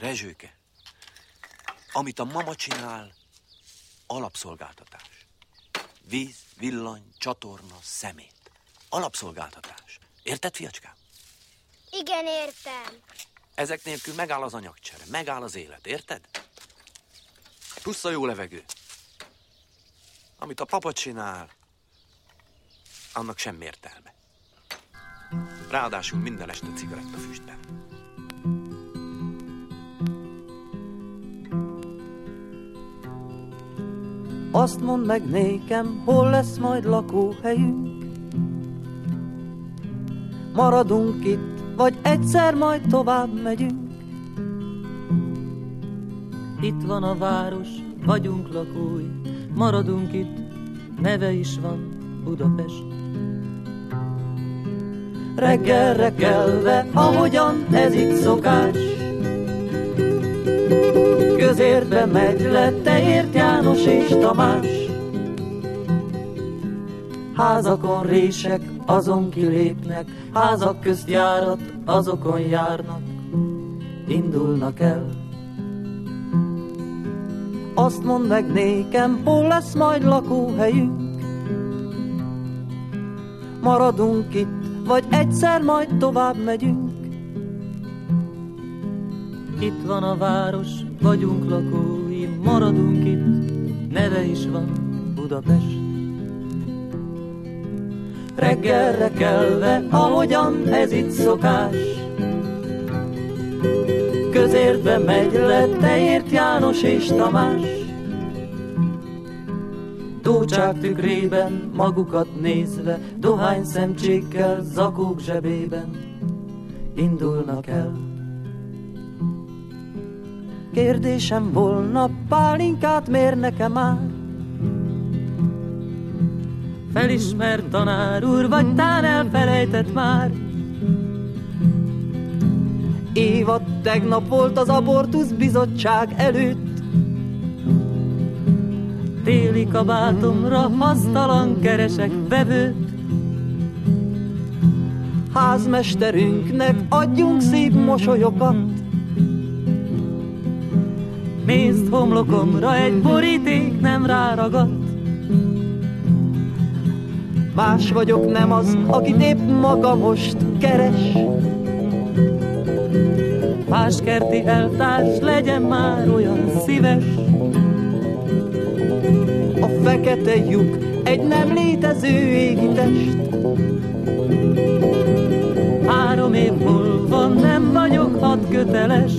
Rezsőke, amit a mama csinál, alapszolgáltatás. Víz, villany, csatorna, szemét. Alapszolgáltatás. Érted, fiacskám? Igen, értem. Ezek nélkül megáll az anyagcsere, megáll az élet, érted? Plusz a jó levegő. Amit a papa csinál, annak semmi értelme. Ráadásul minden este cigarettafüstben. Azt mondd meg nékem, hol lesz majd lakóhelyünk. Maradunk itt, vagy egyszer majd tovább megyünk. Itt van a város, vagyunk lakói, maradunk itt, neve is van, Budapest. Reggelre kelve, ahogyan ez itt szokás, közértbe megy le Teért János és Tamás. Házakon rések, azon kilépnek, házak közt járat, azokon járnak, indulnak el. Azt mondd meg nékem, hol lesz majd lakóhelyünk. Maradunk itt, vagy egyszer majd tovább megyünk. Itt van a város, vagyunk lakói, maradunk itt, neve is van, Budapest. Reggelre kelve, ahogyan ez itt szokás, közértbe megy le Teért János és Tamás. Tócsák tükrében, magukat nézve, dohány szemcsékkel, zakók zsebében indulnak el. Kérdésem volna, pálinkát mérnek-e már? Felismert tanár úr, vagy tán elfelejtett már? Évad tegnap volt az abortusz bizottság előtt. Téli kabátomra hasztalan keresek vevőt. Házmesterünknek adjunk szép mosolyokat. Nézd homlokomra, egy boríték nem ráragadt. Más vagyok, nem az, akit épp maga most keres. Más kerti eltárs, legyen már olyan szíves. A fekete lyuk egy nem létező égi test. 3 év múlva nem vagyok hadköteles.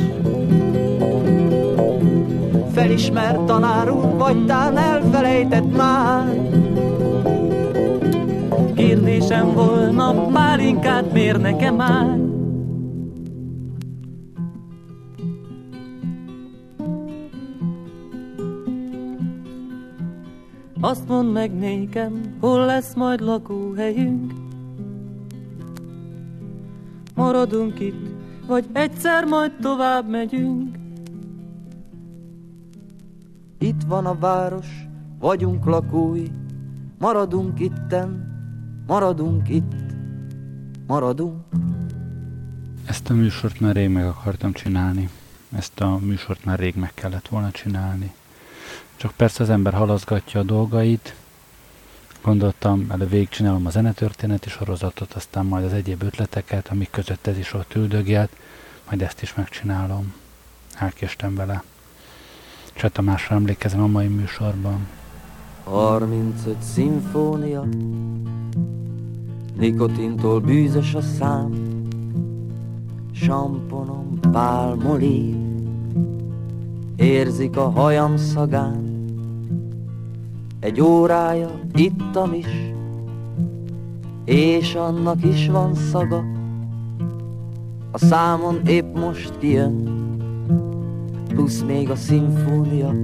Felismert tanár úr, vagy tán elfelejtett már? Kérdésem volna, pálinkát mérnek-e már? Azt mondd meg nékem, hol lesz majd lakóhelyünk. Maradunk itt, vagy egyszer majd tovább megyünk. Itt van a város, vagyunk lakói, maradunk itten, maradunk itt, maradunk. Ezt a műsort már rég meg akartam csinálni. Ezt a műsort már rég meg kellett volna csinálni. Csak persze az ember halaszgatja a dolgait. Gondoltam, előbb végigcsinálom a zenetörténeti sorozatot, aztán majd az egyéb ötleteket, amik között ez is ott üldögélt, majd ezt is megcsinálom. Elkéstem vele. Cseh Tamásra emlékezem a mai műsorban. 35 szimfónia, nikotintól bűzös a szám, samponom pálmolív, érzik a hajam szagán. Egy órája ittam is, és annak is van szaga. A számon épp most kijön, plusz még a szimfónia.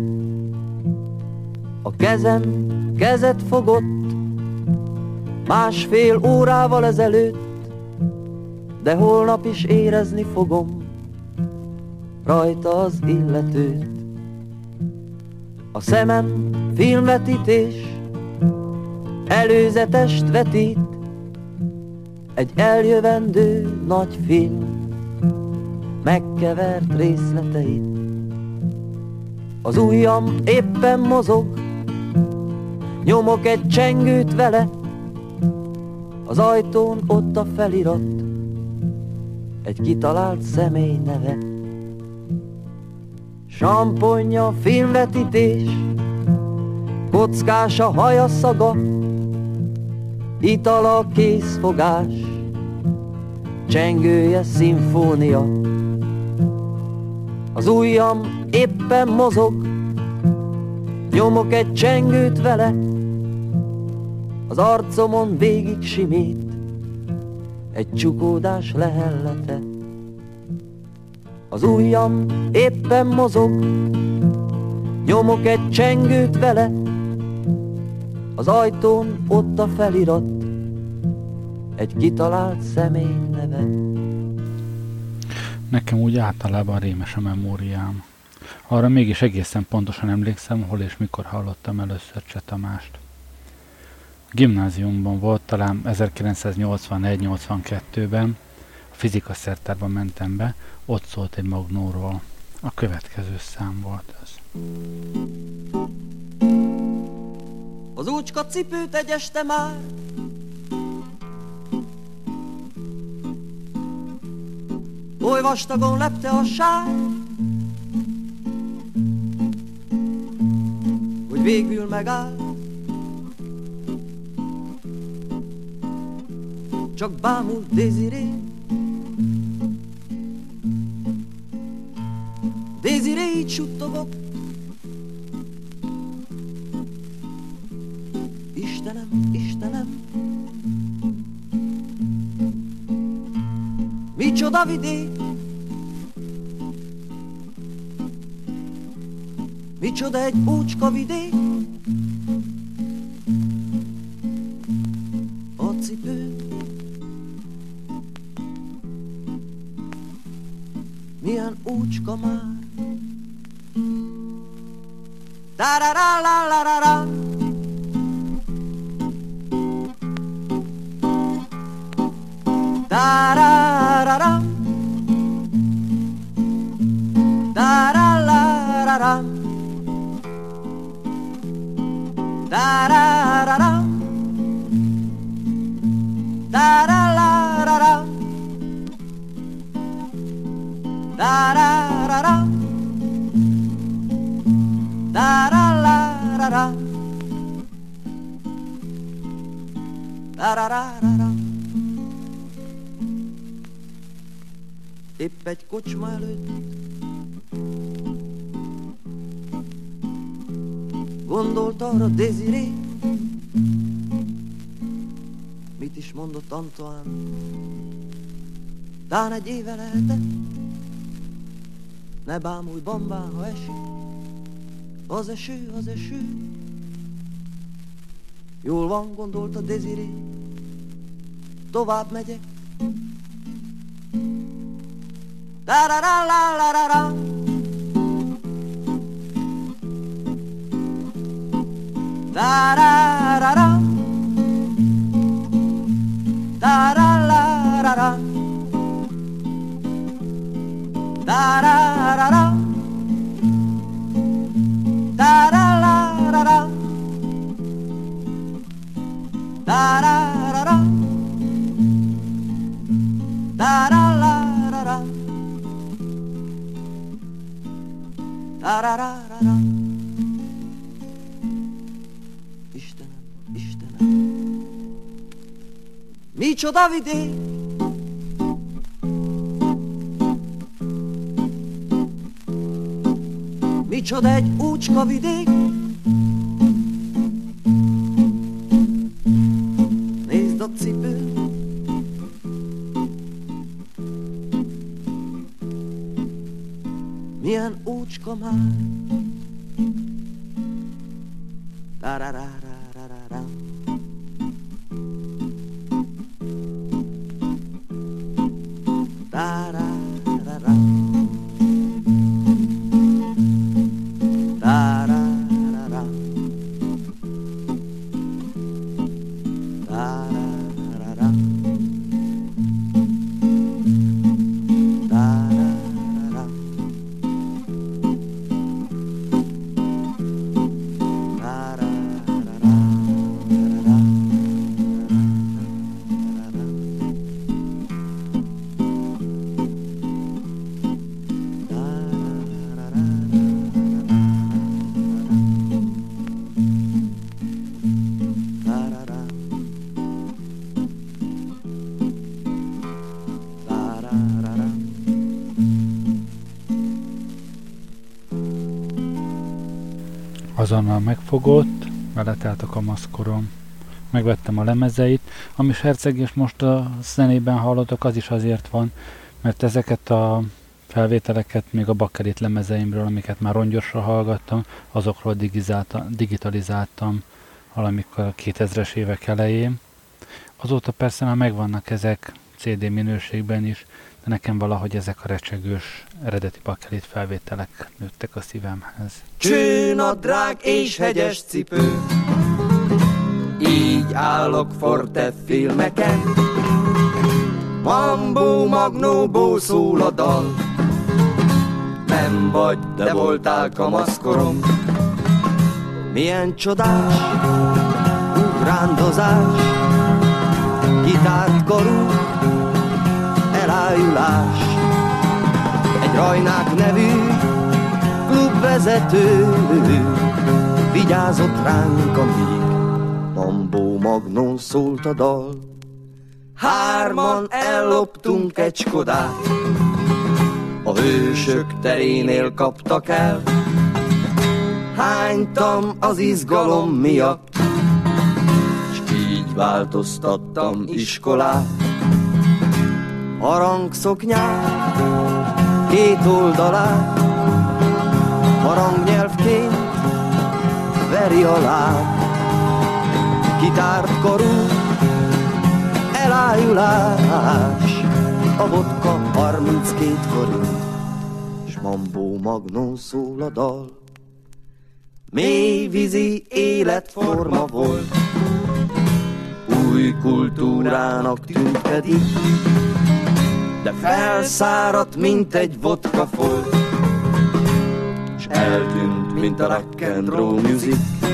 A kezem kezet fogott 1,5 órával ezelőtt, de holnap is érezni fogom rajta az illetőt. A szemem filmvetítés előzetest vetít, egy eljövendő nagy film megkevert részleteit. Az ujjam éppen mozog, nyomok egy csengőt vele, az ajtón ott a felirat, egy kitalált személy neve. Samponja, filmvetítés, kockás a haja szaga, itala készfogás, csengője szimfónia. Az ujjam éppen mozog, nyomok egy csengőt vele, az arcomon végig simít egy csukódás lehellete. Az ujjam éppen mozog, nyomok egy csengőt vele, az ajtón ott a felirat, egy kitalált személy neve. Nekem úgy általában rémes a memóriám. Arra mégis egészen pontosan emlékszem, hol és mikor hallottam először Cseh Tamást. A gimnáziumban volt, talán 1981-82-ben, a fizikaszertárban mentem be, ott szólt egy magnóról. A következő szám volt ez. Az úcska cipőt egy este már, oly vastagon lepte a sár, hogy végül megáll. Csak bámul Désiré, Désiré így suttogott. Istenem, Istenem, micsoda vidék, micsoda egy ócska vidék. A cipő milyen ócska már. Ta-ra-ra-la-la-ra-ra, ta-ra-ra-ra, ta-ra-la-ra-ra, ta-ra-ra-ra, ta-ra-la-ra-ra, ta-ra-ra-ra, ta-ra-la-ra-ra, ta-ra-ra-ra-ra. Épp egy kocsma előtt gondolt arra Désiré, mit is mondott Antoine, tán egy éve lehetett. Ne bámulj bambán, ha esik az eső, az eső. Jól van, gondolta Désiré, tovább megyek. Ta-ra-ra-la-la-ra-ra, ta-ra-ra-ra, ta-ra-la-ra-ra, ta-ra-ra-ra, ta-ra-la-ra-ra, ta-ra-ra-ra, ta-ra-la-ra-ra, ta-ra-ra-ra-ra. Istenem, Istenem, micsoda vidék, micsoda egy ócska vidék. Nézd a cipő, milyen ócska már. Ta-ra-ra-ra-ra-ra-ra, ta-ra-ra-ra, ta-ra-ra-ra, ta-ra-ra-ra, ta-ra-ra-ra. Azonnal megfogott, beletelt a kamaszkorom. Megvettem a lemezeit, ami herceg és most a zenében hallottak, az is azért van, mert ezeket a felvételeket még a bakkerit lemezeimről, amiket már rongyosra hallgattam, azokról digitalizáltam valamikor a 2000-es évek elején. Azóta persze már megvannak ezek CD minőségben is, de nekem valahogy ezek a recsegős, eredeti bakkerit felvételek nőttek a szívemhez. Csőnadrág és hegyes cipő, így állok forte filmeken, Mambo Magnóból szól a dal, nem vagy, de voltál kamaszkorom. Milyen csodás ugrándozás, kitárt korú elájulás. Egy Rajnák nevű klubvezető vigyázott ránk, amíg Mambo Magnó szólt a dal. Hárman elloptunk egy Skodát, a hősök terénél kaptak el. Hánytam az izgalom miatt, s így változtattam iskolát. Harangszoknyát, két oldalát, harangnyelvként veri alá. Kitárt korú elájulás, a vodka 32 forint, s Mambo Magnó szól a dal. Mélyvízi életforma volt, új kultúrának tűnt pedig, de felszáradt, mint egy vodka folt, s eltűnt, mint a rock'n'roll music.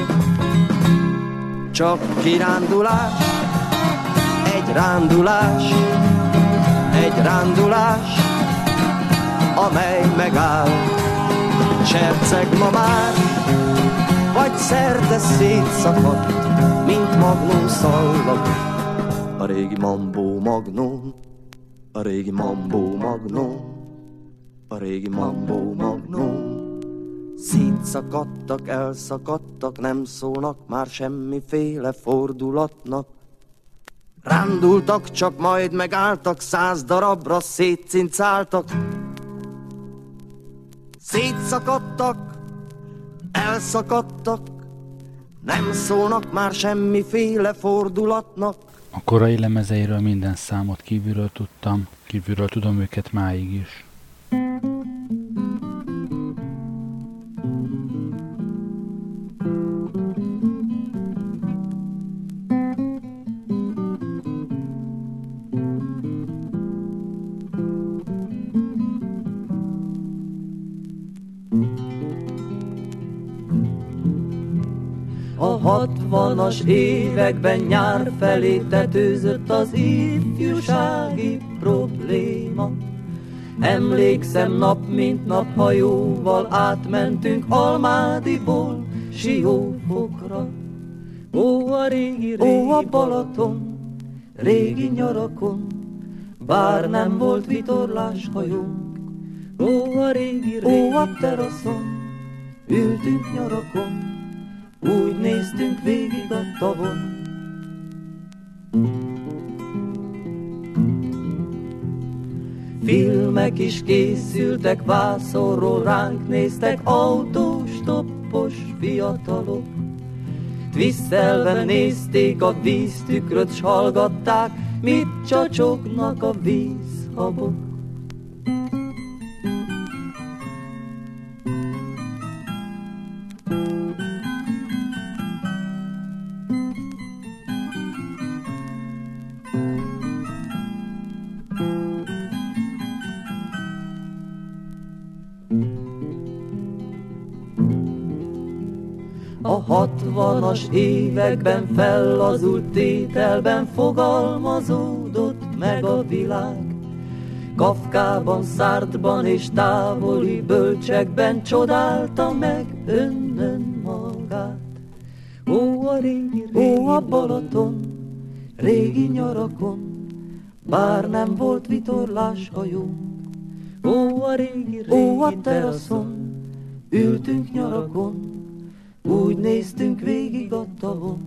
Csak kirándulás, egy rándulás, egy rándulás, amely megáll. Serceg ma már, vagy szerte szétszakadt, mint Magnó szallag. A régi Mambo Magnó, a régi Mambo Magnó, a régi Mambo Magnó. Szétszakadtak, elszakadtak, nem szólnak már semmiféle fordulatnak. Rándultak, csak majd megálltak, 100 darabra szétcincáltak. Szétszakadtak, elszakadtak, nem szólnak már semmiféle fordulatnak. A korai lemezeiről minden számot kívülről tudtam, kívülről tudom őket máig is. A 60-as években nyár felé tetőzött az ifjúsági probléma. Emlékszem, nap mint nap hajóval átmentünk Almádiból Siófokra. Ó, a régi Balaton, régi nyarakon, bár nem volt vitorlás-hajónk. Ó, a régi a teraszon, ültünk nyarakon, úgy néztünk végig a tavon. Filmek is készültek, vászorról ránk néztek autós, toppos fiatalok. Twiszelve nézték a víztükröt, s hallgatták, mit csacsognak a vízhabok. A 60-as években fellazult tételben fogalmazódott meg a világ. Kafkában, Sartreban és távoli bölcsekben csodálta meg önmagát. Ó, a régi a Balaton, régi nyarakon, bár nem volt vitorlás-hajónk. Ó, a régi a teraszon, ültünk nyarakon, úgy néztünk végig a tavon.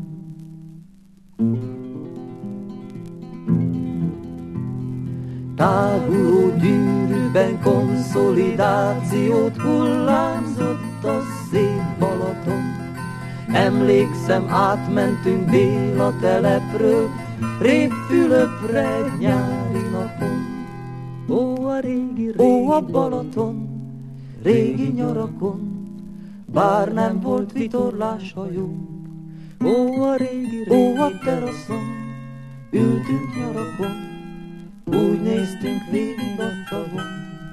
Táguló gyűrűben konszolidációt hullámzott a szép Balaton. Emlékszem, átmentünk Béla telepről, Révfülöpre nyári napon. Ó, a régi, ó, a Balaton, régi nyarakon, bár nem volt vitorlás hajónk. Ó, a régi, ó, a teraszon, ültünk nyarakon, úgy néztünk végig a tavon.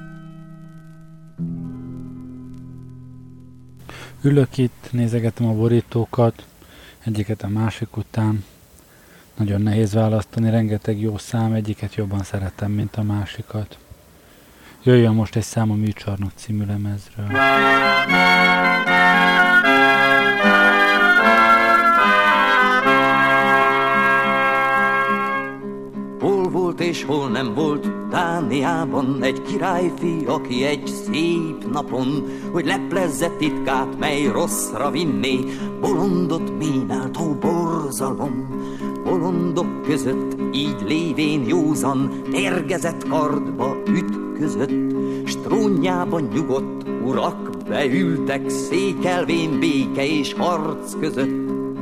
Ülök itt, nézegetem a borítókat, egyiket a másik után. Nagyon nehéz választani, rengeteg jó szám, egyiket jobban szeretem, mint a másikat. Jöjjön most egy szám a Műcsarnok című lemezről. Hol volt és hol nem volt Dániában egy királyfi, aki egy szép napon, hogy leplezze titkát, mely rosszra vinné, bolondot ménált, ó borzalom. Bolondok között így lévén józan, mérgezett kardba ütközött, s trónjában nyugodt urak beültek, székelvén béke és harc között.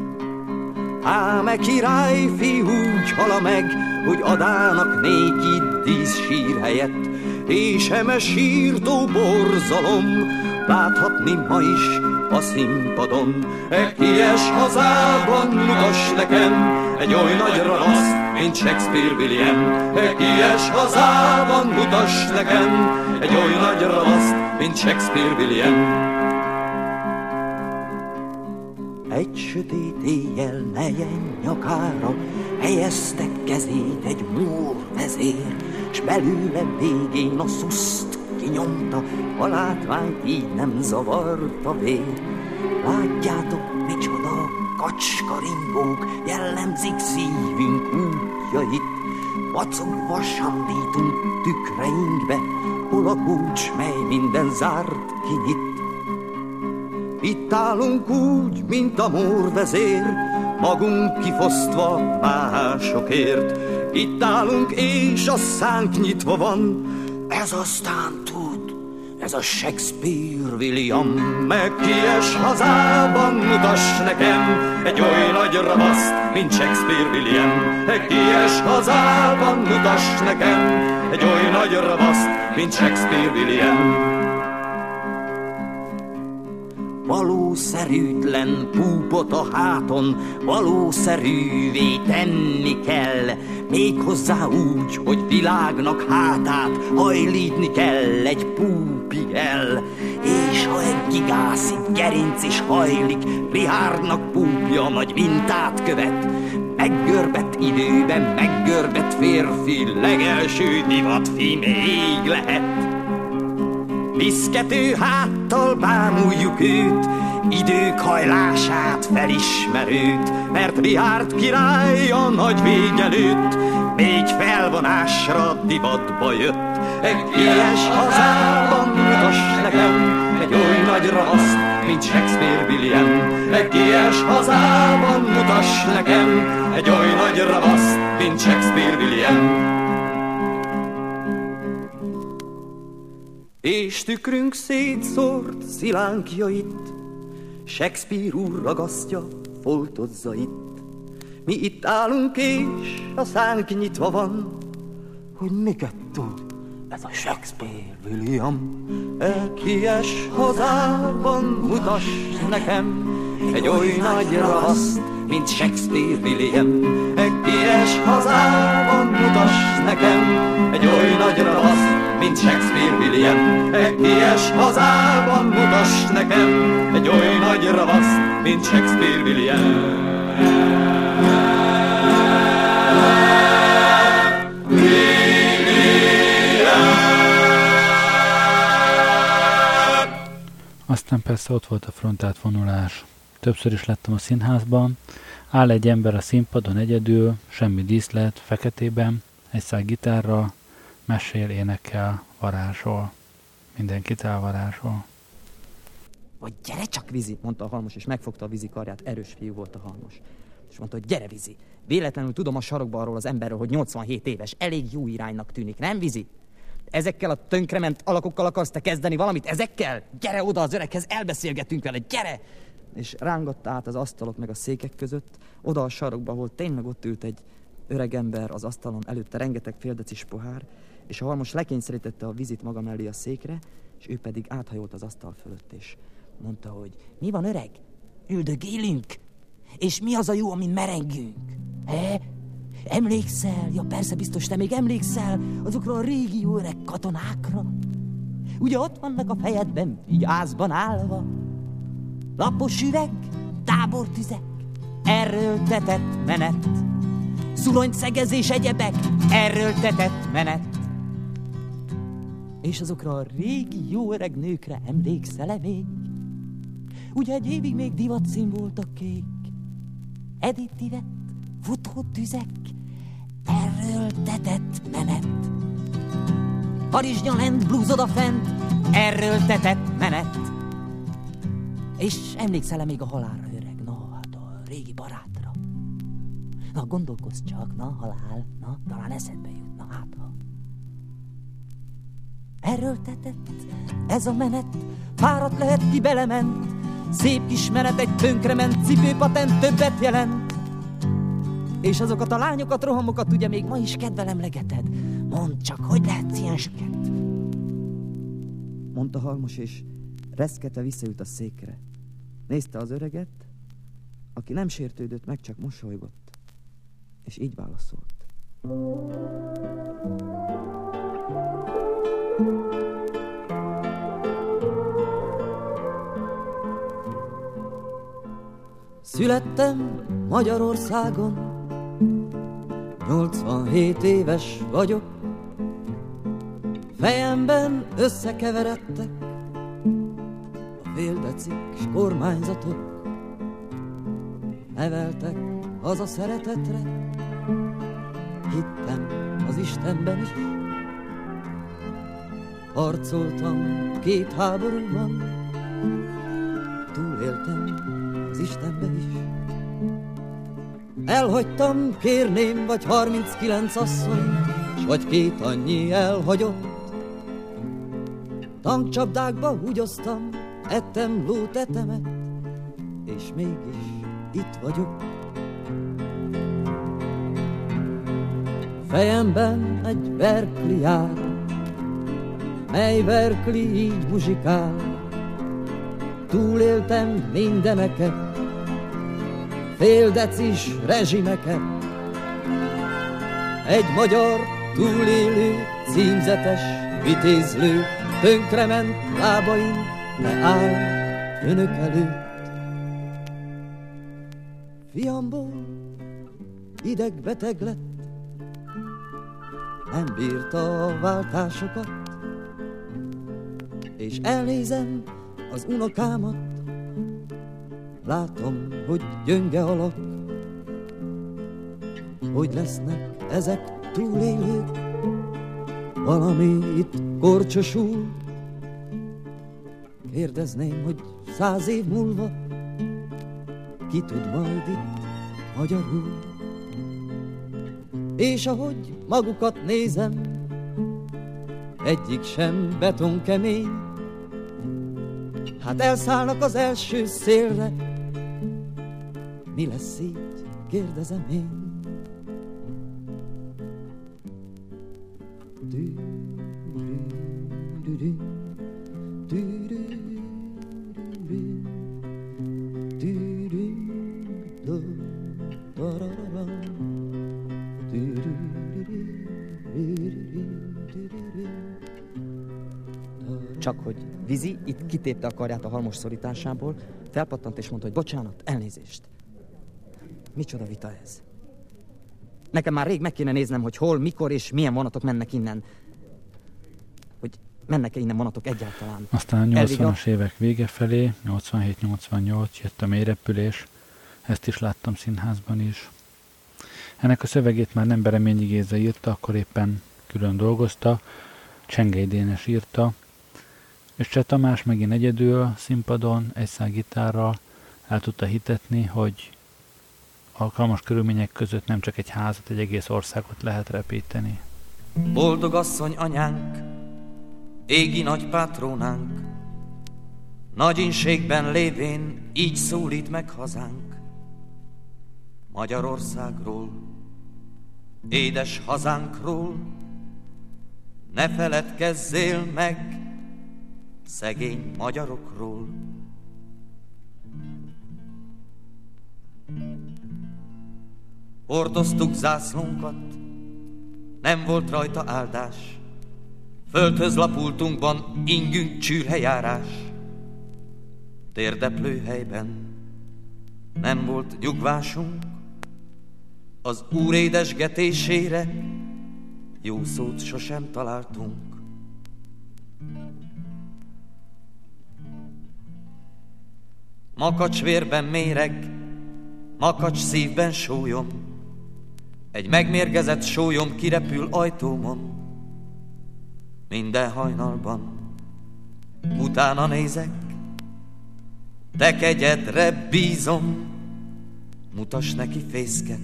Ám királyfi úgy hala meg, hogy adának néki díszsír helyett, és eme sírtó borzalom láthatni ma is a színpadon. Kies hazában mutass nekem egy oly nagy ravaszt, mint Shakespeare William. Kies hazában mutass nekem egy oly nagy ravaszt, mint Shakespeare William. Egy sötét éjjel nejen nyakára helyeztek kezét egy mór vezér, s belőle végén a szuszt kinyomta, a látványt így nem zavarta vér. Látjátok, micsoda kacskaringók jellemzik szívünk útjait, vacogva sandítunk tükreinkbe, hol a kulcs, mely minden zárt kinyit. Itt állunk úgy, mint a mórvezér, magunk kifosztva másokért. Itt állunk, és a szánk nyitva van, ez aztán tud, ez a Shakespeare William. Meg kies hazában mutass nekem egy oly nagy ravaszt, mint Shakespeare William. Meg kies hazában mutass nekem egy oly nagy ravaszt, mint Shakespeare William. Valószerűtlen púpot a háton valószerűvé tenni kell, méghozzá úgy, hogy világnak hátát hajlítni kell egy púpig el. És ha egy gigászi gerinc is hajlik, Richardnak púpja nagy mintát követ, meggörbett időben meggörbett férfi, legelső divatfi még lehet. Viszkető háttal bámuljuk őt, idők hajlását felismerőt, mert Richard király a nagy vég előtt még felvonásra divatba jött. Egy ilyes hazában mutass nekem egy oly nagy ravaszt, mint Shakespeare William. Egy ilyes hazában mutass nekem egy oly nagy ravaszt, mint Shakespeare William. És tükrünk szétszórt szilánkjait, Shakespeare úr ragasztja, foltozza itt. Mi itt állunk, és a szánk nyitva van, hogy miket tud ez a Shakespeare William. Kies hazában mutass nekem egy oly nagy ravaszt, mint Shakespeare William. Kies hazában mutass nekem egy oly nagy ravaszt, mint Shakespeare William. Kies hazában mutass nekem egy oly nagy ravaszt, mint Shakespeare William. Aztán persze ott volt a frontátvonulás. Többször is láttam a színházban. Áll egy ember a színpadon egyedül, semmi díszlet, feketében, egy szál gitárral, mesél, énekel, varázsol. Mindenkit elvarázsol. Vagy gyere csak, Vizi, mondta a Halmos, és megfogta a Vizi karját. Erős fiú volt a Halmos. És mondta, hogy gyere, Vizi. Véletlenül tudom a sarokba arról az emberről, hogy 87 éves. Elég jó iránynak tűnik, nem, Vizi? Ezekkel a tönkrement alakokkal akarsz te kezdeni valamit? Ezekkel? Gyere oda az öreghez, elbeszélgetünk vele, gyere! És rángatta át az asztalok meg a székek között, oda a sarokba, ahol tényleg ott ült egy öreg ember az asztalon, előtte rengeteg féldecis pohár, és a Halmos lekényszerítette a Vizit maga mellé a székre, és ő pedig áthajolt az asztal fölött, és mondta, hogy mi van, öreg? Üldögélünk? És mi az a jó, amin merengünk? He? Emlékszel? Ja, persze, biztos te még emlékszel azokra a régi jó öreg katonákra? Ugye ott vannak a fejedben, vigyázban állva? Lapos üveg, tábortüzek, erőltetett menet, szulonyszegezés egyebek, erőltetett menet. És azokra a régi jó öreg nőkre emlékszel-e még? Ugye egy évig még divatszín volt a kék, Edith Ivett, futótüzek, erőltetett menet. Parizsnya lent, blúz odafent, erőltetett menet. És emlékszel-e még a halálra, öreg? Na, hát a régi barátra. Na, gondolkozz csak, na, halál, na, talán eszedbe jut, na, hát ha. Erőltetett ez a menet, fáradt lehet, ki belement, szép kis menet, egy tönkrement cipőpatent többet jelent. És azokat a lányokat, rohamokat ugye még ma is kedvel emlegeted. Mondd csak, hogy lehetsz ilyen süket? Mondta Halmos, és reszketve visszaült a székre. Nézte az öreget, aki nem sértődött meg, csak mosolygott, és így válaszolt. Születtem Magyarországon, 87 éves vagyok, fejemben összekeveredtek a féldecik s kormányzatok, neveltek haza szeretetre, hittem az Istenben is, harcoltam 2 háborúban, túléltem az Istenbe is. Elhagytam, kérném, vagy 39 asszony, s vagy 2 annyi elhagyott. Tankcsapdákba húgyoztam, ettem lótetemet, és mégis itt vagyok. Fejemben egy Berkeley jár, mely Berkeley így muzsikál. Túléltem mindeneket, féldecis rezsimeket. Egy magyar túlélő, címzetes vitézlő, tönkrement lábain leáll önök előtt. Fiamból idegbeteg lett, nem bírta a váltásokat, és elnézem az unokámat, látom, hogy gyönge alak. Hogy lesznek ezek túlélők, valami itt korcsosul. Kérdezném, hogy 100 év múlva ki tud majd itt magyarul. És ahogy magukat nézem, egyik sem betonkemény. Hát elszállnak az első szélre, mi lesz így, kérdezem én. Csak hogy Vizi itt kitépte a karját a Halmos szorításából, felpattant és mondta, hogy bocsánat, elnézést. Micsoda vita ez? Nekem már rég meg kéne néznem, hogy hol, mikor és milyen vonatok mennek innen. Hogy mennek-e innen vonatok egyáltalán. Aztán a 80-as évek vége felé, 87-88 jött a mélyrepülés, ezt is láttam színházban is. Ennek a szövegét már nem Bereményi Géza írta, akkor éppen külön dolgozta, Csengei Dénes írta. És Cseh Tamás megint egyedül színpadon, egy szággitárral el tudta hitetni, hogy alkalmas körülmények között nem csak egy házat, egy egész országot lehet repíteni. Boldog asszony anyánk, égi nagy pátrónánk, nagy inségben lévén így szólít meg hazánk. Magyarországról, édes hazánkról, ne feledkezzél meg szegény magyarokról. Hordoztuk zászlónkat, nem volt rajta áldás, földhöz lapultunkban ingünk csűrhelyjárás. Térdeplőhelyben nem volt nyugvásunk, az Úr édesgetésére jó szót sosem találtunk. Makacs vérben méreg, makacs szívben sólyom, egy megmérgezett sólyom kirepül ajtómon. Minden hajnalban utána nézek, te kegyedre bízom, mutass neki fészket.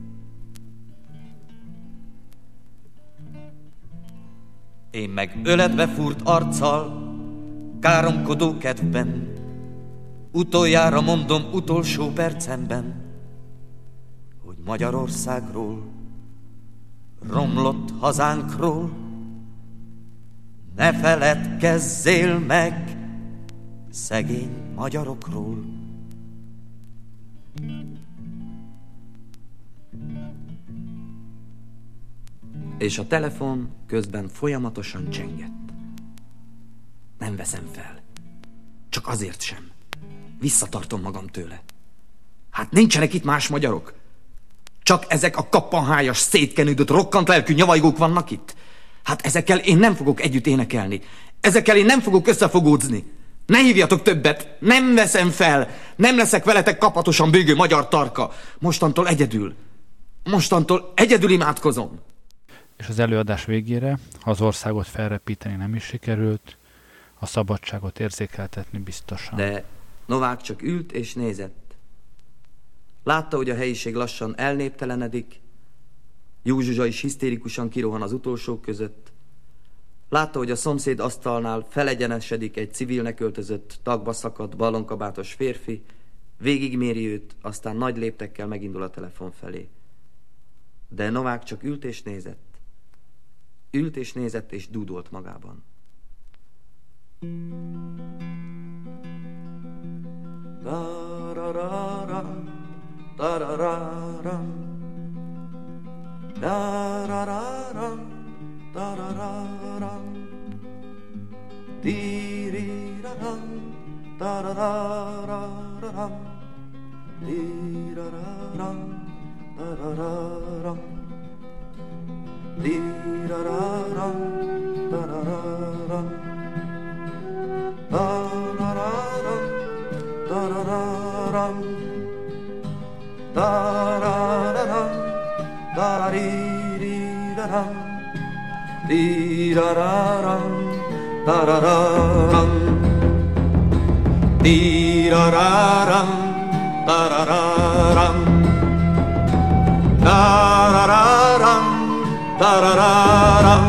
Én meg öledbe fúrt arccal, káromkodó kedvben, utoljára mondom utolsó percemben, hogy Magyarországról, romlott hazánkról ne feledkezzél meg szegény magyarokról. És a telefon közben folyamatosan csengett. Nem veszem fel. Csak azért sem. Visszatartom magam tőle. Hát nincsenek itt más magyarok? Csak ezek a kappanhájas, szétkenődött, rokkant lelkű nyavajgók vannak itt? Hát ezekkel én nem fogok együtt énekelni. Ezekkel én nem fogok összefogódzni. Ne hívjatok többet, nem veszem fel. Nem leszek veletek kapatosan bőgő magyar tarka. Mostantól egyedül imádkozom. És az előadás végére, ha az országot felrepíteni nem is sikerült, a szabadságot érzékeltetni biztosan. De Novák csak ült és nézett. Látta, hogy a helyiség lassan elnéptelenedik, Józsuzsa is hisztérikusan kirohan az utolsók között. Látta, hogy a szomszéd asztalnál felegyenesedik egy civilnek öltözött, tagba szakadt, ballonkabátos férfi, végigméri őt, aztán nagy léptekkel megindul a telefon felé. De Novák csak ült és nézett. Ült és nézett és dúdolt magában. Da-ra-ra-ram, da-ra-ra-ram, da-ra-ra-ram, da-ra-ra-ram, di-ri-ra-ram, da-ra-ra-ra-ram, di-ra-ra-ram, da-ra-ra-ram, di-ra-ra-ram, da-ra-ra-ram, da-ra-ra-ram, da-ra-ra-ram, da-ra-ra-ram, da-ra-ri-ri-ra-ram, di-ra-ra-ram, da-ra-ra-ram, di-ra-ra-ram, da-ra-ra-ram, da-ra-ra-ram, da-ra-ra-ram,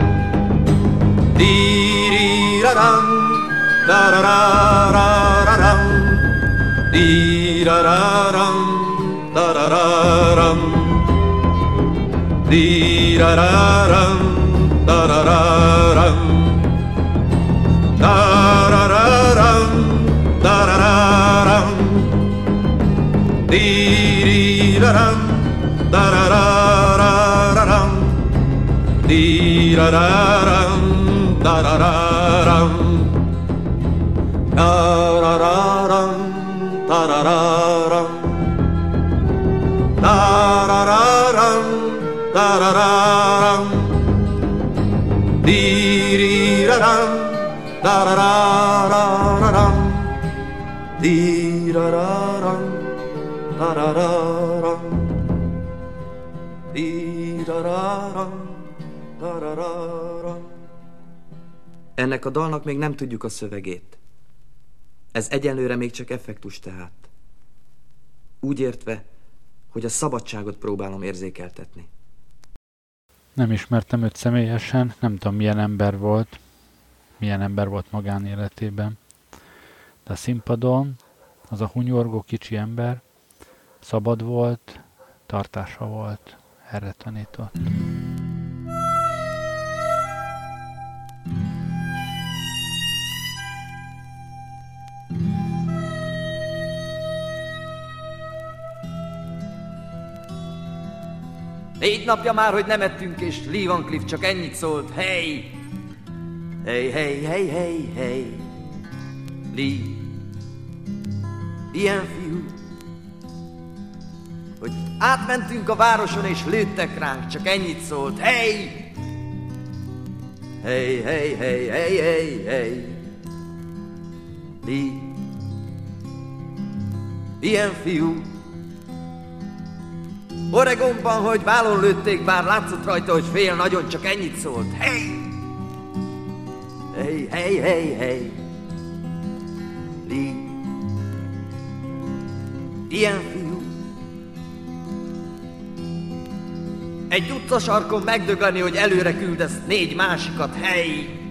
di-ri-ra-ram, da-ra-ra-ra-ram, di-ra-ra-ram, da-ra-ra-ram, di-ra-ra-ram, da-ra-ra-ram, da-ra-ra-ram, da-ra-ra-ram, di-ri-ra-ram, da-ra-ra-ra-ram, di-ra-ra-ram, da-ra-ra-ram, da-ra-ra-ram, da-ra-ra-ram, da-ra-ra-ram, da-ra-ra-ram, di-ri-ra-ram, da-ra-ra-ra-ram, di-ra-ra-ram, da-ra-ra-ram, di-ra-ra-ram, da-ra-ra-ram. Ennek a dalnak még nem tudjuk a szövegét. Ez egyenlőre még csak effektus tehát. Úgy értve, hogy a szabadságot próbálom érzékeltetni. Nem ismertem őt személyesen, nem tudom milyen ember volt magánéletében. De a színpadon az a hunyorgó kicsi ember szabad volt, tartása volt, erre tanított. Négy napja már, hogy nem ettünk, és Lee Van Cleef csak ennyit szólt. Hey! Hey, hey, hey, hey, hey! Lee! Ilyen fiú! Hogy átmentünk a városon, és lőttek ránk, csak ennyit szólt. Hey! Hey, hey, hey, hey, hey, hey! Lee! Ilyen fiú! Oregonban, hogy vállon lőtték, bár látszott rajta, hogy fél nagyon, csak ennyit szólt. Hey! Hey, hey, hey, hey! Lee! Ilyen fiú! Egy utcasarkon megdögleni, hogy előre küldesz 4 másikat. Hey!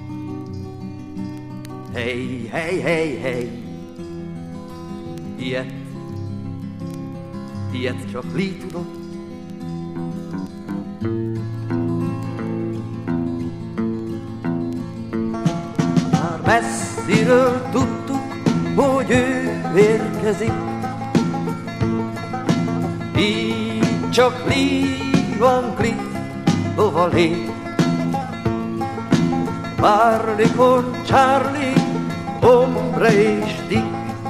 Hey, hey, hey, hey! Ilyet csak Lee tudott. Már messziről tudtuk, hogy ő érkezik. Így csak Lee Van Cleef lovalé. Barleycorn, Charlie, Ombre és Dick,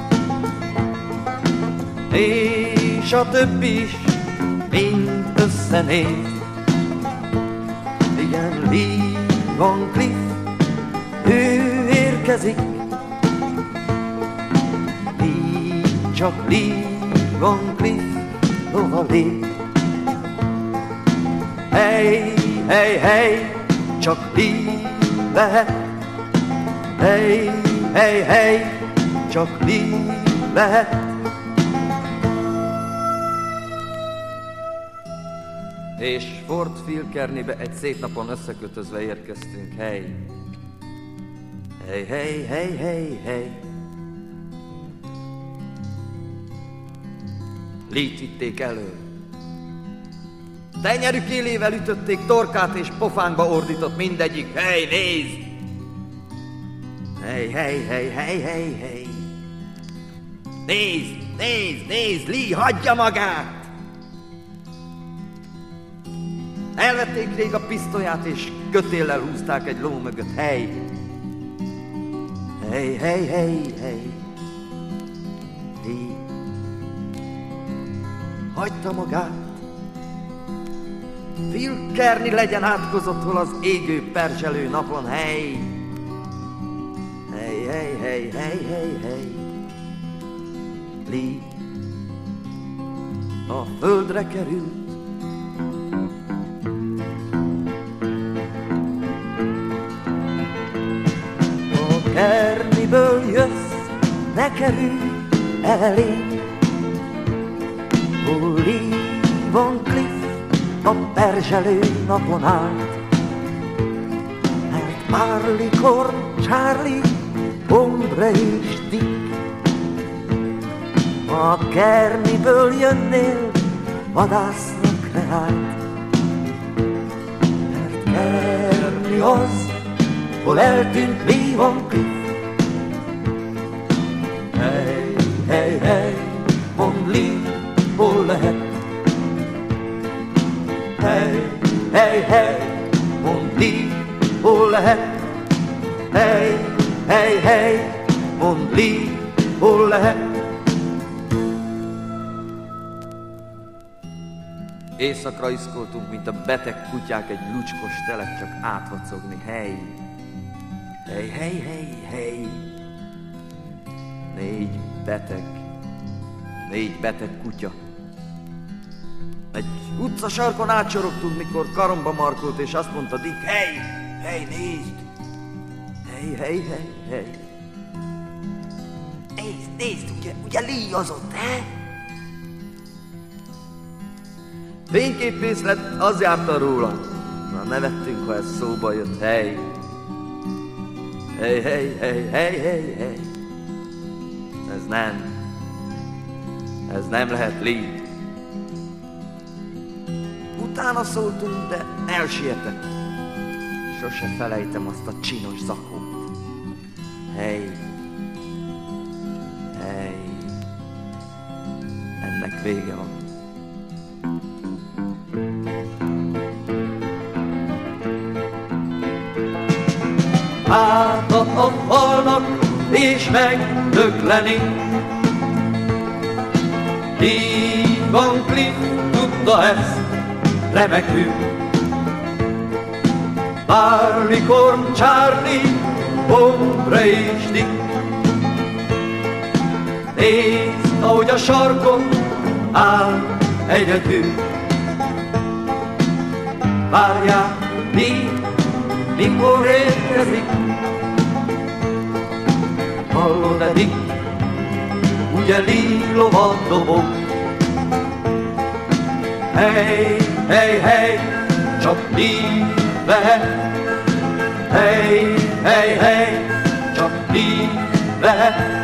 és a többi is mind összenéz. Igen, Lee Van Cleef, ő érkezik. Így csak Lee Van Cleef lovalé. Hey, hey, hey, csak Lee lehet. Hey, hey, hey, csak Lee lehet. És Fort Phil-Kearnybe egy szép napon összekötözve érkeztünk. Hey, hey, hey, hey, hey, hey. Lee-t vitték elő. Tenyerük élével ütötték torkát, és pofánkba ordított mindegyik. Hey, nézd! Hey, hey, hey, hey, hey, hey. Nézd, nézd, nézd, Lee hagyja magát! Elvették rég a pisztolyát, és kötéllel húzták egy ló mögött. Hey! Hey, hey, hey, hey! Lee hagyta magát. Phil-Kearny legyen átkozott hol az égő perzselő napon. Hey! Hey, hey, hey, hey, hey, hey! Lee a földre került. Kearnyből jössz, ne kerülj elé. Ó, Lee Van Cleef a perzselő napon állt. Mert Barleycorn, Charlie, Ombre és Dick. Ha Kearnyből jönnél, vadásznak ne állt. Mert Kearny az, hol eltűnt Lee Van Cleef. Hey, hey, hey, mondd Lee, hol lehet. Hey, hey, hey, mondd Lee, hol lehet. Hey, hey, hey, mondd Lee, hol lehet. Éjszakra iszkoltunk, mint a beteg kutyák egy lucskos telet, csak átvacogni. Hey, hey, hey, hey, hey. 4 beteg kutya. Egy utcasarkon átsorogtunk, mikor karomba markolt, és azt mondta Dick, hey, hey, nézd! Hey, hey, hey, hey. Nézd, ugye líjazott, he? Fényképészlet, az járta róla. Na, nevettünk, ha ez szóba jött, hey. Hey, hey, hey, hey, hey, hey. Ez nem lehet Lee. Utána szóltunk, de elsietett. Sose felejtem azt a csinos zakót. Hey. Ennek vége van. Hátat a falnak és megdögleni. Van Cliff tudta ezt remekül. Bármikor Charlie, Bobre és Dick. Nézd, ahogy a sarkon áll egyedül. Várják, mikor érkezik. Hallod-e, Dick? Ugye Lee lovat dobog. Hey, hey, hey, csak Lee lehet. Hey, hey, hey, csak Lee lehet.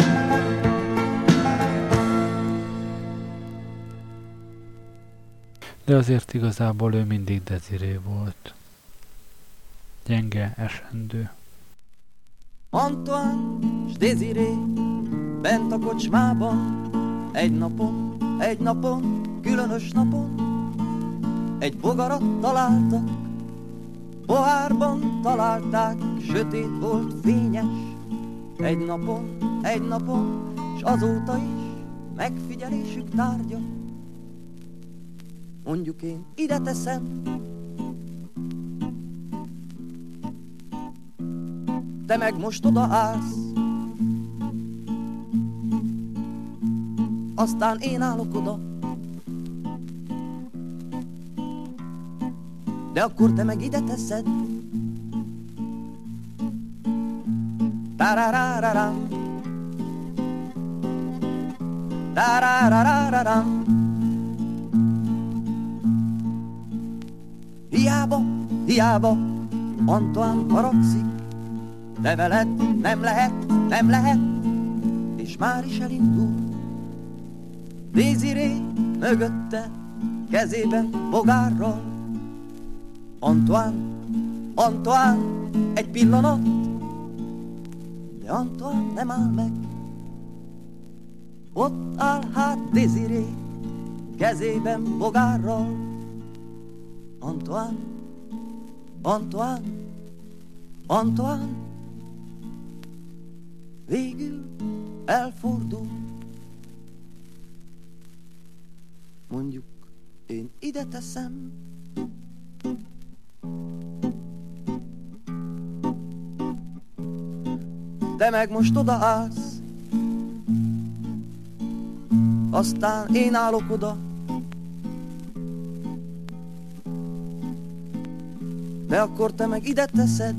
De azért igazából ő mindig Desiree volt. Gyenge, esendő. Antoine s Desiree bent a kocsmában, egy napon, különös napon, egy bogarat találtak, pohárban találták, sötét volt, fényes, egy napon, s azóta is megfigyelésük tárgya. Mondjuk én ide teszem, te meg most odaállsz, aztán én állok oda, de akkor te meg ide teszed. Tararararam, tararararam. Hiába, Antoine haragszik, de veled nem lehet, és már is elindul. Desiree mögötte, kezében bogárral. Antoine, egy pillanat, de Antoine nem áll meg. Ott áll hát Desiree, kezében bogárral. Antoine, végül elfordul. Mondjuk én ide teszem, te meg most odaállsz, aztán én állok oda, de akkor te meg ide teszed.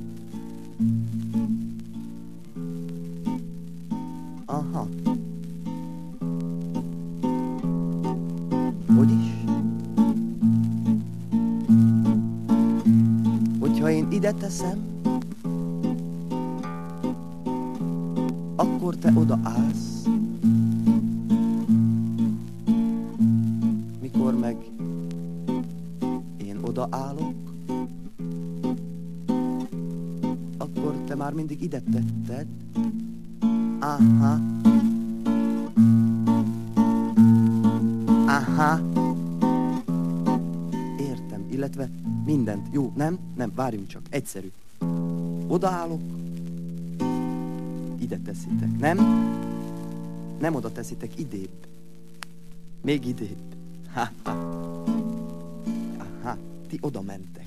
Aha. Hogy is? Hogyha én ide teszem, akkor te odaállsz. Mikor meg én odaállok, akkor te már mindig ide tetted. Aha. Értem, illetve mindent. Jó, nem, várjunk csak, egyszerű. Odaállok, ide teszitek, nem? Nem oda teszitek, idébb. Még idébb. Aha, ti oda mentek.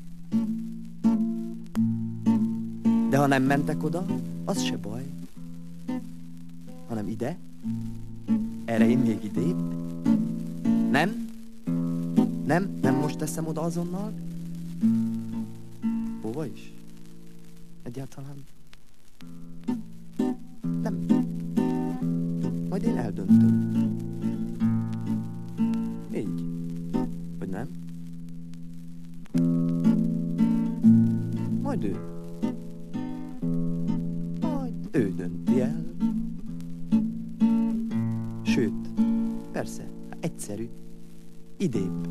De ha nem mentek oda, az se baj. Hanem ide, erre én még idébb. Nem most teszem oda azonnal. Hova is? egyáltalán? Nem. Majd én eldöntöm. Így. Vagy nem? Majd ő. Majd ő dönti el. Sőt, persze, egyszerű. Idébb.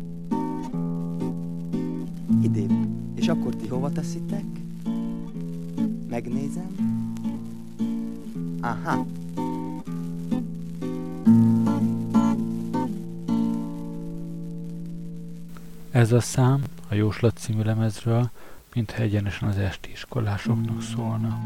Idébb. És akkor ti hova teszitek? Megnézem. Aha. Ez a szám a Jóslat című lemezről, mintha egyenesen az esti iskolásoknak szólna.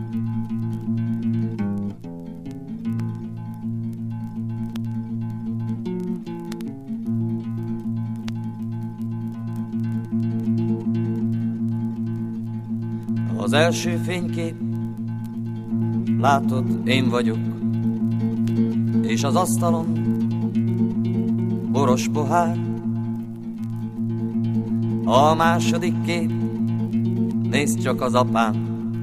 Az első fénykép, látod, én vagyok, és az asztalon boros pohár. A második kép, nézd csak az apám,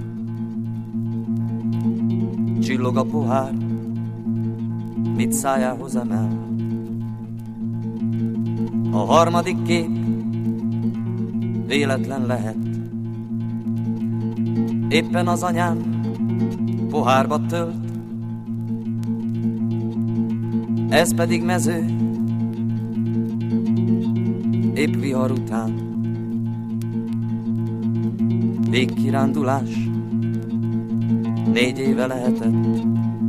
csillog a pohár, mit szájához emel. A harmadik kép, véletlen lehet, éppen az anyám pohárba tölt, ez pedig mező, épp vihar után. Végkirándulás 4 éve lehetett.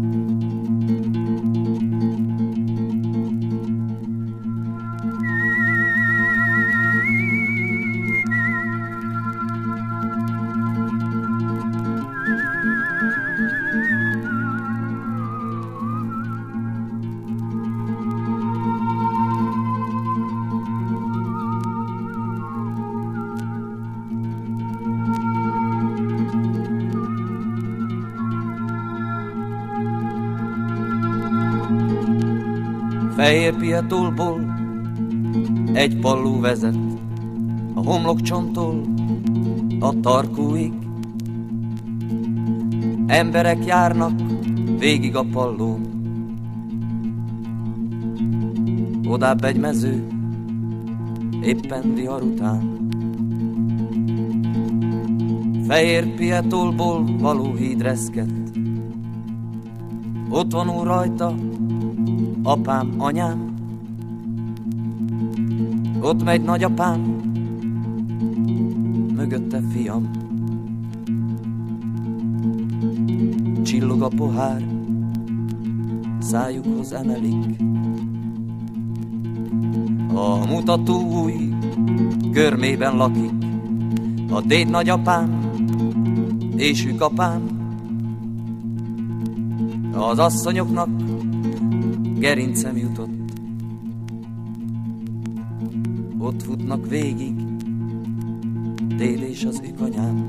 Fehér pietolból egy palló vezet, a homlokcsonttól a tarkóig. Emberek járnak végig a pallón, odább egy mező, éppen vihar után. Fehér pietolból való híd reszket, ott vonul rajta apám, anyám, ott megy nagyapám, mögötte fiam. Csillog a pohár, szájukhoz emelik. A mutató új körmében lakik, a déd nagyapám és ükapám. Az asszonyoknak gerincem jutott, ott futnak végig déd és az ükanyám.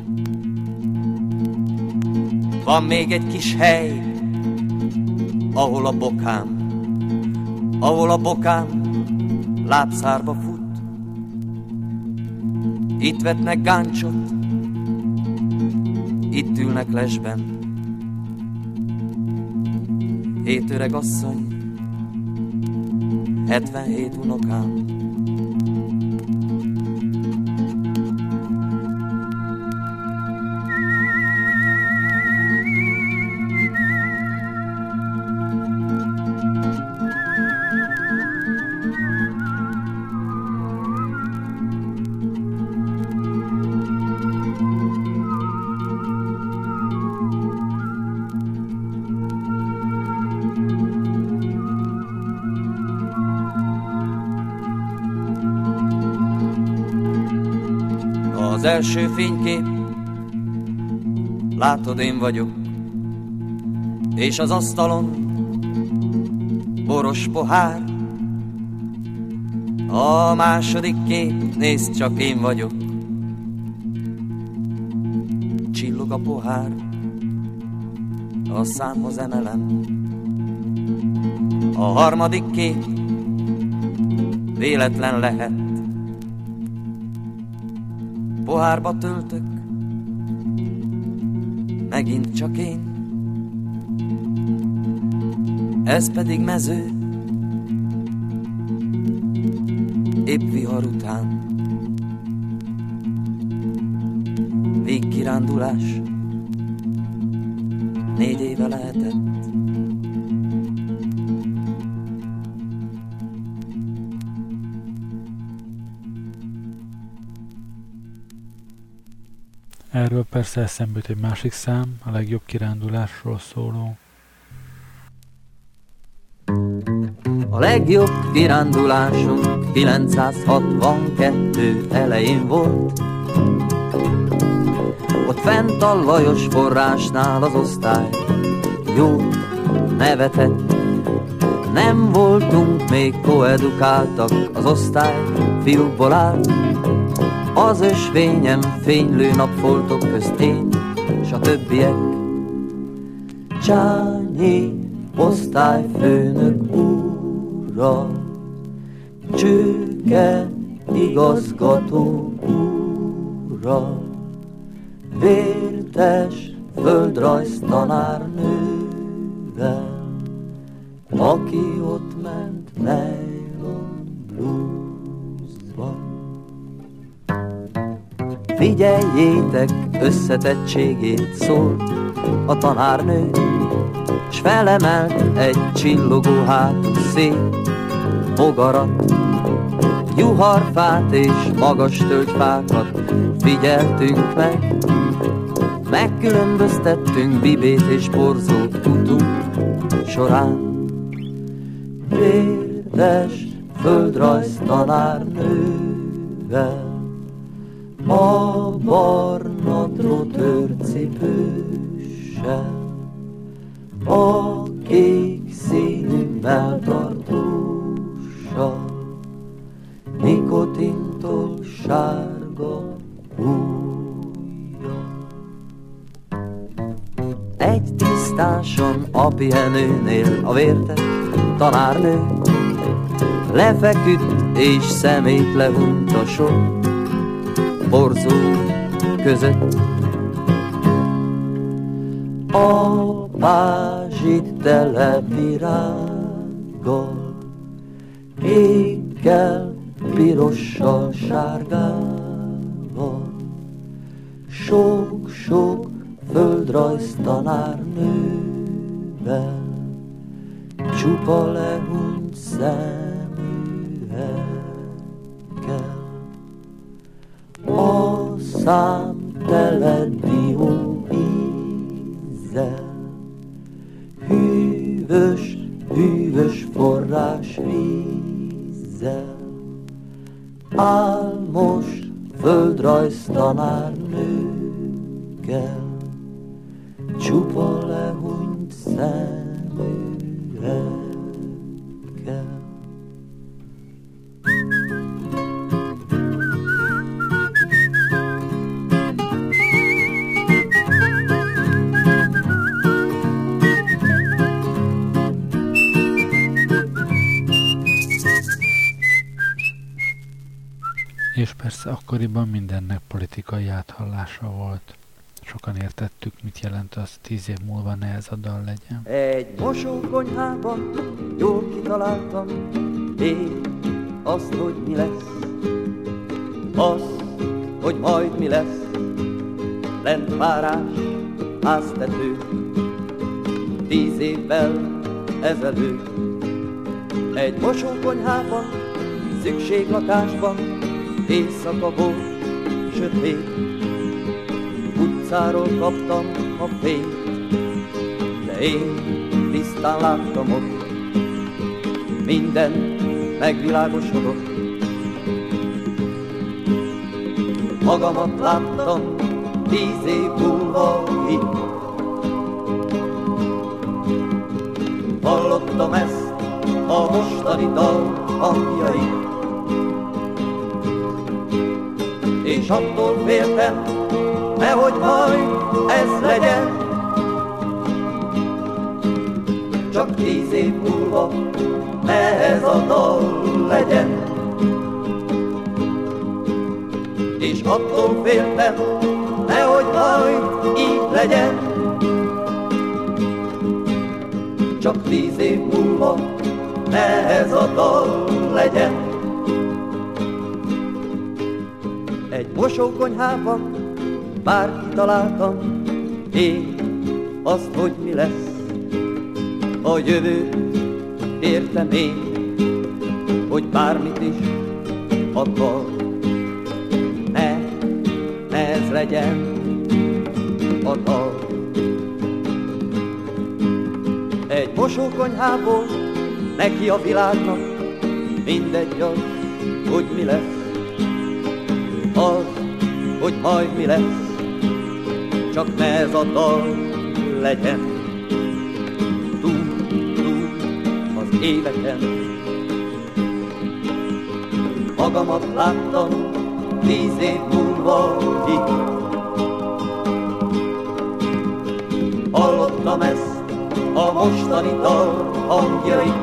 Van még egy kis hely, ahol a bokám lábszárba fut. Itt vetnek gáncsot, itt ülnek lesben. 7 öreg asszony, 77 unokám. Az első fénykép, látod, én vagyok, és az asztalon boros pohár. A második kép, nézd csak, én vagyok, csillog a pohár, a számhoz emelem. A harmadik kép, véletlen lehet, pohárba töltök, megint csak én. Ez pedig mező, épp vihar után. Végkirándulás 4 éve lehetett. Erről persze eszembe jut egy másik szám, a legjobb kirándulásról szóló. A legjobb kirándulásunk 962 elején volt. Ott fent a Lajos forrásnál az osztály jó nevetett. Nem voltunk még koedukáltak, az osztály fiúkból áll. Az ösvényen fénylő napfoltok közt én, s a többiek. Csányi osztályfőnök úrra, Csőke igazgató úrra, Vértes földrajztanárnővel, aki ott ment nylon bluesban. Figyeljétek összetettségét, szólt a tanárnő, s felemelt egy csillogó hátú szép bogarat. Juharfát és magas tölgyfákat figyeltünk meg, megkülönböztettünk bibét és borzót utunk során. Vértes földrajztanárnővel, a barna trótőrcipőssel, a kék színű melltartóssal, nikotintól sárga ujjal. Egy tisztáson a pihenőnél a vértes tanárnő lefeküdt és szemét lehunyt a sok borzó között. A pázsit tele virággal, kékkel, pirossal, sárgával, sok-sok földrajztanárnővel, csupa lehunyt szemüvegkel. A számtelen dió ízzel, hűvös, hűvös forrás vízzel, álmos földrajztanárnőkkel, csupa lehunyt szemüvegkel. És persze akkoriban mindennek politikai áthallása volt. Sokan értettük, mit jelent az 10 év múlva ne ez a dal legyen. Egy mosókonyhában jól kitaláltam én azt, hogy mi lesz. Azt, hogy majd mi lesz. Lent párás háztető 10 évvel ezelőtt. Egy mosókonyhában, szükséglakásban, éjszaka volt sötét. Utcáról kaptam a fényt, de én tisztán láttam ott, minden megvilágosodott. Magamat láttam 10 év múlva itt. Hallottam ezt a mostani dal hangjait, és attól féltem, nehogy majd ez legyen. Csak 10 év múlva ne ez a dal legyen. És attól féltem, nehogy majd így legyen. csak 10 év múlva ne ez a dal legyen. Egy mosókonyhában bárki találtam én azt, hogy mi lesz. A jövőt értem én, hogy bármit is akar, ne ez legyen a dal. Egy mosókonyhából neki a világnak mindegy az, hogy mi lesz. Az, hogy majd mi lesz, csak ne ez a dal legyen. Túl az éveken magamat láttam 10 év múlva itt. Hallottam ezt a mostani dal hangjait,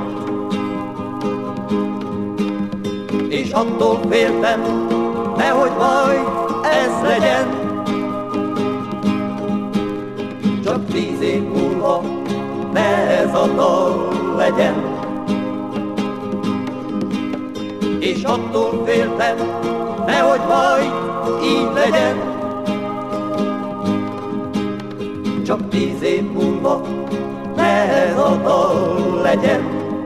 és attól féltem, nehogy majd ez legyen. Csak 10 év múlva ne ez a dal legyen. És attól féltem, nehogy majd így legyen. Csak 10 év múlva ne ez a dal legyen.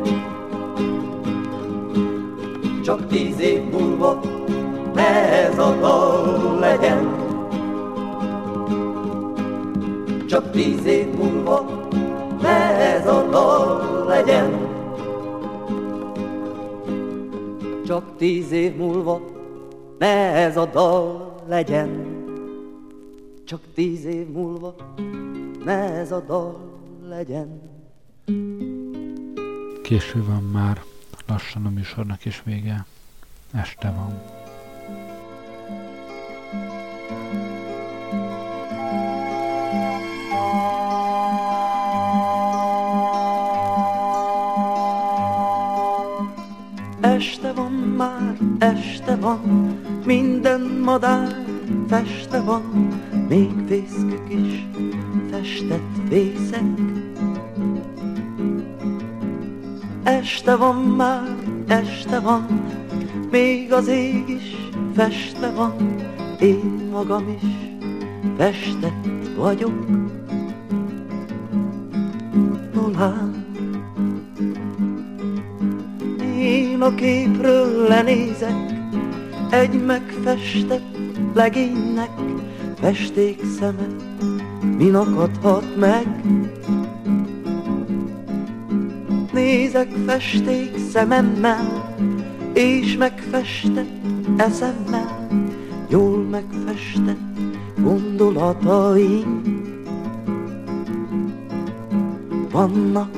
Csak 10 év múlva ne ez a dal legyen. Csak 10 év múlva ne ez a dal legyen. Csak 10 év múlva ne ez a dal legyen. Csak 10 év múlva ne ez a dal legyen. Késő van már, lassan a műsornak is vége. Este van. Este van már, este van, minden madár feste van, még fészkük is festett fészek. Este van már, este van, még az ég is feste van, én magam is festett vagyok. Nolán én a képről lenézek, egy megfestett legénynek festék szeme, min akadhat meg? Nézek festék szememmel, és megfestett eszemmel, jól megfestett gondolataim vannak.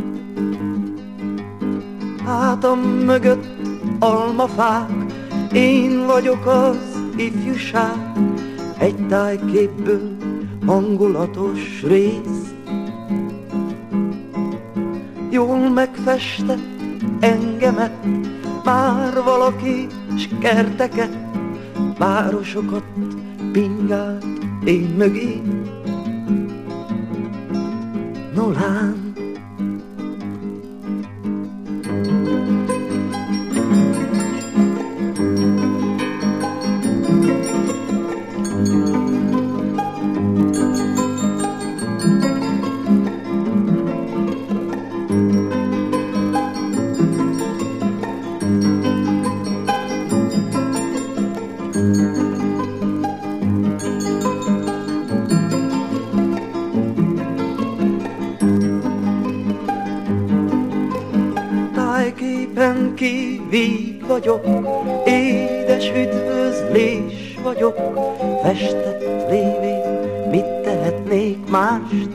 Hátam mögött almafák, én vagyok az ifjúság, egy tájképből hangulatos rész. Jól megfestett engemet már valaki, s kerteket, városokat pingált én mögé. Nolán vég vagyok, édes üdvözlés vagyok, festett lévén mit tehetnék mást?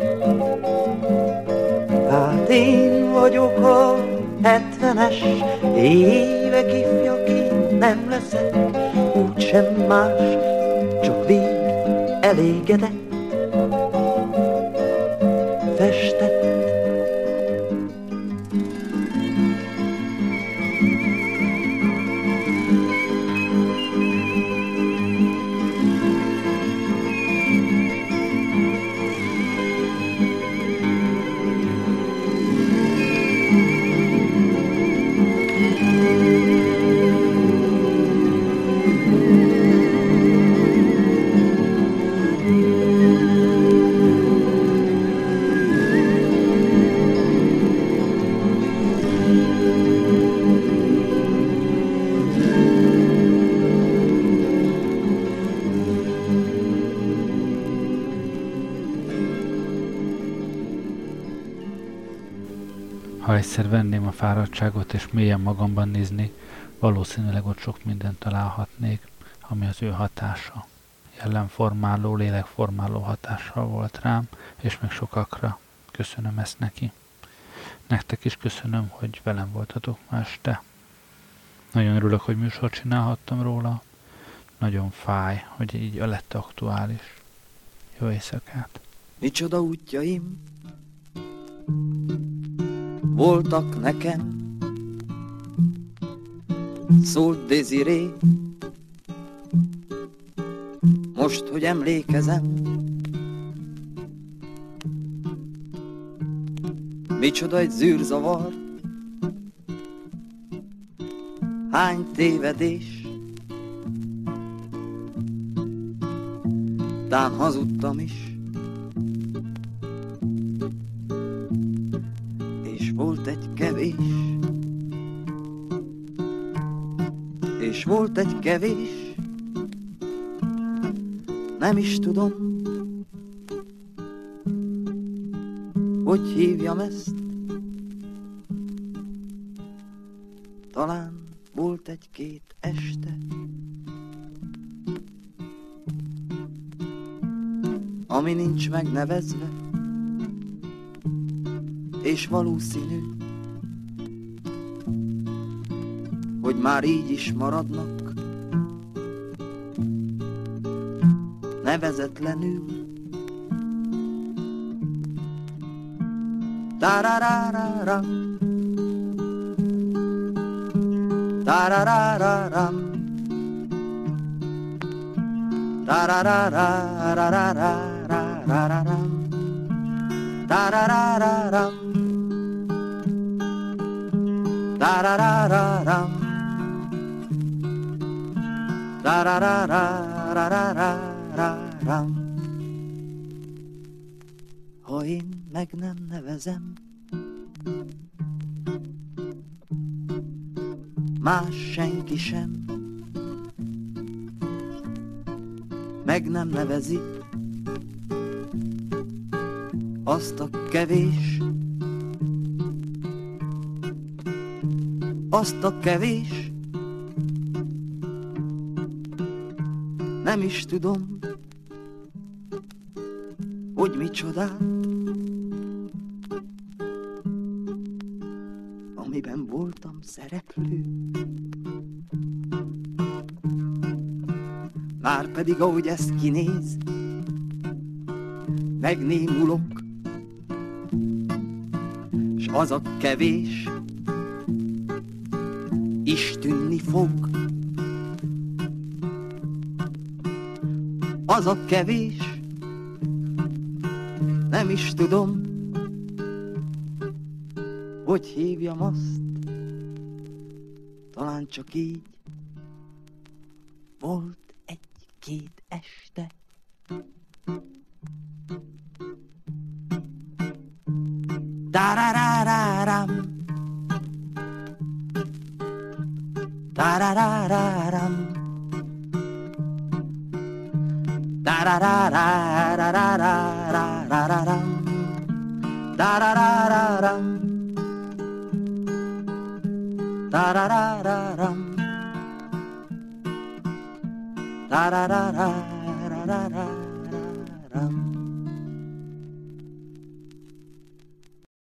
Hát én vagyok a 70-es évek ifja, ki nem leszek úgysem más, csak vég elégedett, festett. Ha egyszer venném a fáradtságot és mélyen magamban nézni, valószínűleg ott sok mindent találhatnék, ami az ő hatása. Jellemformáló, lélekformáló hatással volt rám, és még sokakra. Köszönöm ezt neki. Nektek is köszönöm, hogy velem voltatok ma este. Nagyon örülök, hogy műsort csinálhattam róla. Nagyon fáj, hogy így lett aktuális. Jó éjszakát! Micsoda útjaim voltak nekem, szólt Désiré, most, hogy emlékezem. Micsoda egy zűrzavar, hány tévedés, tán hazudtam is, és volt egy kevés, és volt egy kevés, nem is tudom, hogy hívjam ezt. Talán volt egy-két este, ami nincs megnevezve, és valószínű, hogy már így is maradnak, nevezetlenül. Tarararam, tarararam, tararararararararam, tararararam, tararararam, tarararararararam. Ha én meg nem nevezem, más senki sem meg nem nevezi azt a kevés, azt a kevés, nem is tudom, hogy micsodát, amiben voltam szereplő. Márpedig ahogy ezt kinéz, megnémulok, s az a kevés is tűnni fog. Az a kevés, nem is tudom, hogy hívjam azt. Talán csak így volt egy-két este. Tarararam, tarararam, tarararararararam, tararararam, tararararam, tarararararararam.